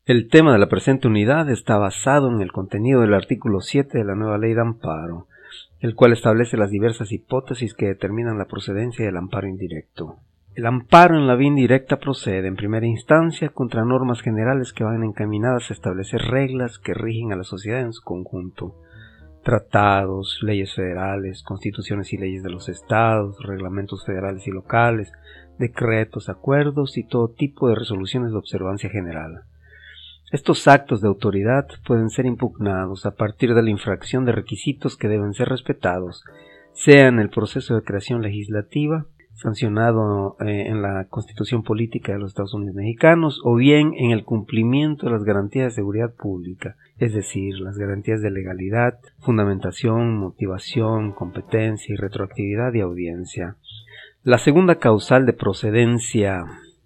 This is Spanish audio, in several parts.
El tema de la presente unidad está basado en el contenido del artículo 7 de la nueva Ley de Amparo, el cual establece las diversas hipótesis que determinan la procedencia del amparo indirecto. El amparo en la vía indirecta procede, en primera instancia, contra normas generales que van encaminadas a establecer reglas que rigen a la sociedad en su conjunto. Tratados, leyes federales, constituciones y leyes de los estados, reglamentos federales y locales, decretos, acuerdos y todo tipo de resoluciones de observancia general. Estos actos de autoridad pueden ser impugnados a partir de la infracción de requisitos que deben ser respetados, sea en el proceso de creación legislativa, sancionado en la Constitución Política de los Estados Unidos Mexicanos, o bien en el cumplimiento de las garantías de seguridad pública, es decir, las garantías de legalidad, fundamentación, motivación, competencia y retroactividad de audiencia. La segunda causal de procedencia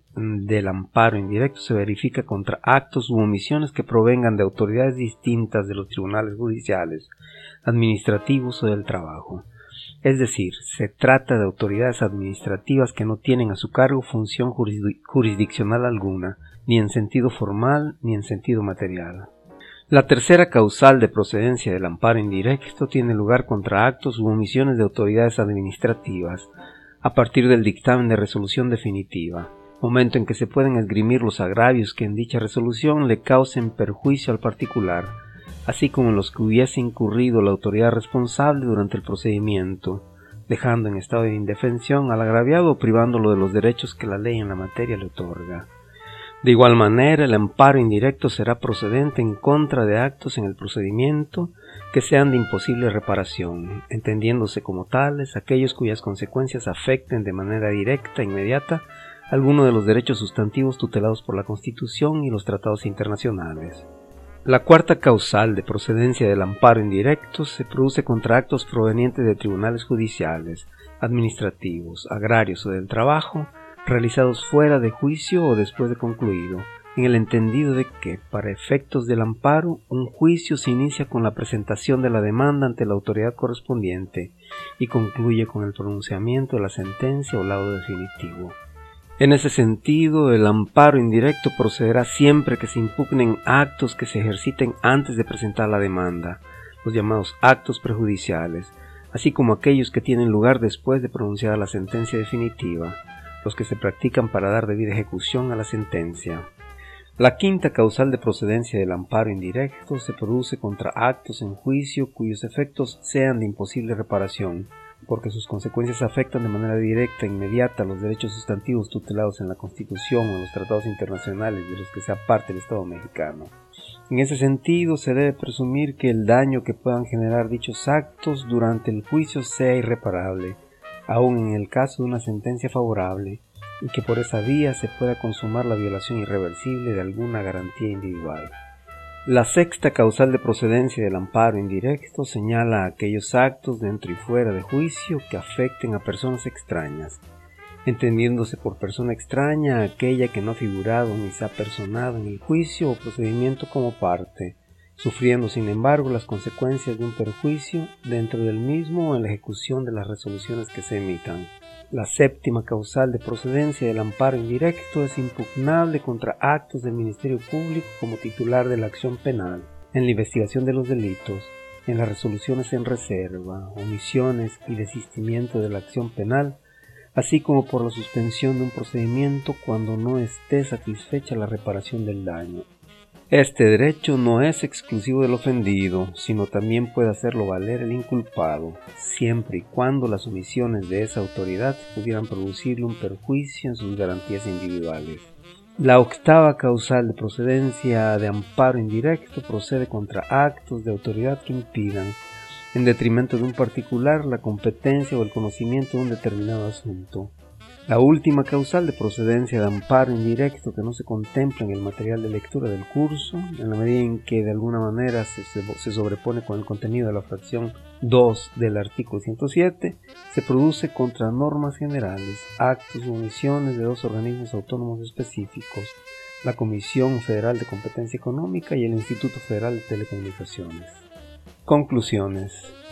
del amparo indirecto se verifica contra actos u omisiones que provengan de autoridades distintas de los tribunales judiciales, administrativos o del trabajo. Es decir, se trata de autoridades administrativas que no tienen a su cargo función jurisdiccional alguna, ni en sentido formal ni en sentido material. La tercera causal de procedencia del amparo indirecto tiene lugar contra actos u omisiones de autoridades administrativas, a partir del dictamen de resolución definitiva, momento en que se pueden esgrimir los agravios que en dicha resolución le causen perjuicio al particular, así como en los que hubiese incurrido la autoridad responsable durante el procedimiento, dejando en estado de indefensión al agraviado o privándolo de los derechos que la ley en la materia le otorga. De igual manera, el amparo indirecto será procedente en contra de actos en el procedimiento que sean de imposible reparación, entendiéndose como tales aquellos cuyas consecuencias afecten de manera directa e inmediata alguno de los derechos sustantivos tutelados por la Constitución y los tratados internacionales. La cuarta causal de procedencia del amparo indirecto se produce contra actos provenientes de tribunales judiciales, administrativos, agrarios o del trabajo, realizados fuera de juicio o después de concluido, en el entendido de que, para efectos del amparo, un juicio se inicia con la presentación de la demanda ante la autoridad correspondiente y concluye con el pronunciamiento de la sentencia o laudo definitivo. En ese sentido, el amparo indirecto procederá siempre que se impugnen actos que se ejerciten antes de presentar la demanda, los llamados actos prejudiciales, así como aquellos que tienen lugar después de pronunciada la sentencia definitiva, los que se practican para dar debida ejecución a la sentencia. La quinta causal de procedencia del amparo indirecto se produce contra actos en juicio cuyos efectos sean de imposible reparación, porque sus consecuencias afectan de manera directa e inmediata los derechos sustantivos tutelados en la Constitución o en los tratados internacionales de los que sea parte el Estado mexicano. En ese sentido, se debe presumir que el daño que puedan generar dichos actos durante el juicio sea irreparable, aun en el caso de una sentencia favorable, y que por esa vía se pueda consumar la violación irreversible de alguna garantía individual. La sexta causal de procedencia del amparo indirecto señala aquellos actos dentro y fuera de juicio que afecten a personas extrañas, entendiéndose por persona extraña aquella que no ha figurado ni se ha personado en el juicio o procedimiento como parte, sufriendo sin embargo las consecuencias de un perjuicio dentro del mismo o en la ejecución de las resoluciones que se emitan. La séptima causal de procedencia del amparo indirecto es impugnable contra actos del Ministerio Público como titular de la acción penal, en la investigación de los delitos, en las resoluciones en reserva, omisiones y desistimiento de la acción penal, así como por la suspensión de un procedimiento cuando no esté satisfecha la reparación del daño. Este derecho no es exclusivo del ofendido, sino también puede hacerlo valer el inculpado, siempre y cuando las omisiones de esa autoridad pudieran producirle un perjuicio en sus garantías individuales. La octava causal de procedencia de amparo indirecto procede contra actos de autoridad que impidan, en detrimento de un particular, la competencia o el conocimiento de un determinado asunto. La última causal de procedencia de amparo indirecto que no se contempla en el material de lectura del curso, en la medida en que de alguna manera se sobrepone con el contenido de la fracción 2 del artículo 107, se produce contra normas generales, actos o omisiones de dos organismos autónomos específicos, la Comisión Federal de Competencia Económica y el Instituto Federal de Telecomunicaciones. Conclusiones.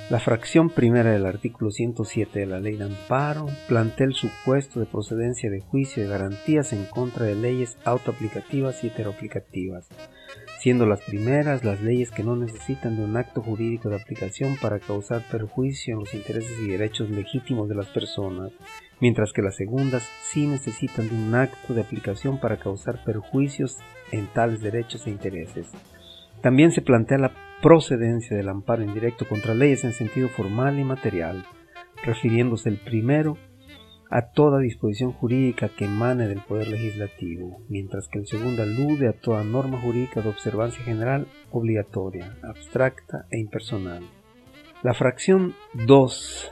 La fracción primera del artículo 107 de la Ley de Amparo plantea el supuesto de procedencia de juicio de garantías en contra de leyes autoaplicativas y heteroaplicativas, siendo las primeras las leyes que no necesitan de un acto jurídico de aplicación para causar perjuicio en los intereses y derechos legítimos de las personas, mientras que las segundas sí necesitan de un acto de aplicación para causar perjuicios en tales derechos e intereses. También se plantea la procedencia del amparo indirecto contra leyes en sentido formal y material, refiriéndose el primero a toda disposición jurídica que emane del Poder Legislativo, mientras que el segundo alude a toda norma jurídica de observancia general obligatoria, abstracta e impersonal. La fracción 2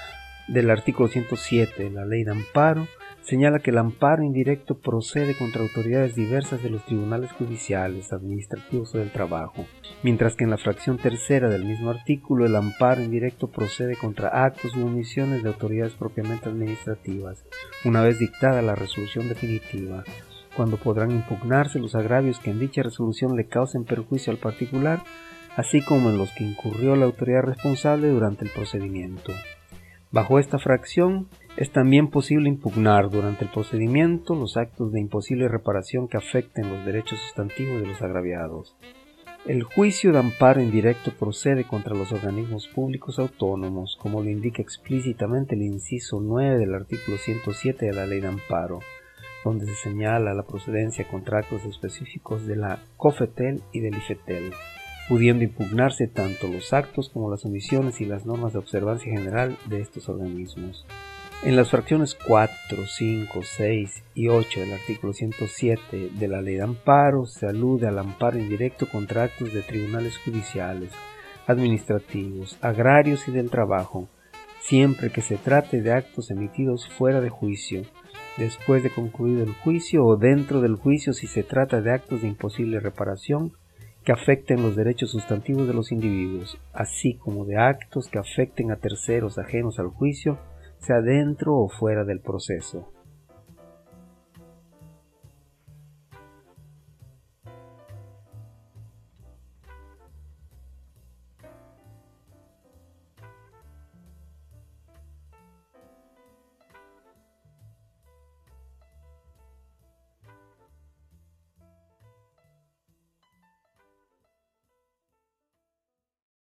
del artículo 107 de la Ley de Amparo señala que el amparo indirecto procede contra autoridades diversas de los tribunales judiciales, administrativos o del trabajo, mientras que en la fracción tercera del mismo artículo el amparo indirecto procede contra actos u omisiones de autoridades propiamente administrativas, una vez dictada la resolución definitiva, cuando podrán impugnarse los agravios que en dicha resolución le causen perjuicio al particular, así como en los que incurrió la autoridad responsable durante el procedimiento. Bajo esta fracción, es también posible impugnar durante el procedimiento los actos de imposible reparación que afecten los derechos sustantivos de los agraviados. El juicio de amparo indirecto procede contra los organismos públicos autónomos, como lo indica explícitamente el inciso 9 del artículo 107 de la Ley de Amparo, donde se señala la procedencia contra actos específicos de la COFETEL y del IFETEL, pudiendo impugnarse tanto los actos como las omisiones y las normas de observancia general de estos organismos. En las fracciones 4, 5, 6 y 8 del artículo 107 de la Ley de Amparo se alude al amparo indirecto contra actos de tribunales judiciales, administrativos, agrarios y del trabajo, siempre que se trate de actos emitidos fuera de juicio, después de concluido el juicio o dentro del juicio si se trata de actos de imposible reparación que afecten los derechos sustantivos de los individuos, así como de actos que afecten a terceros ajenos al juicio, sea dentro o fuera del proceso.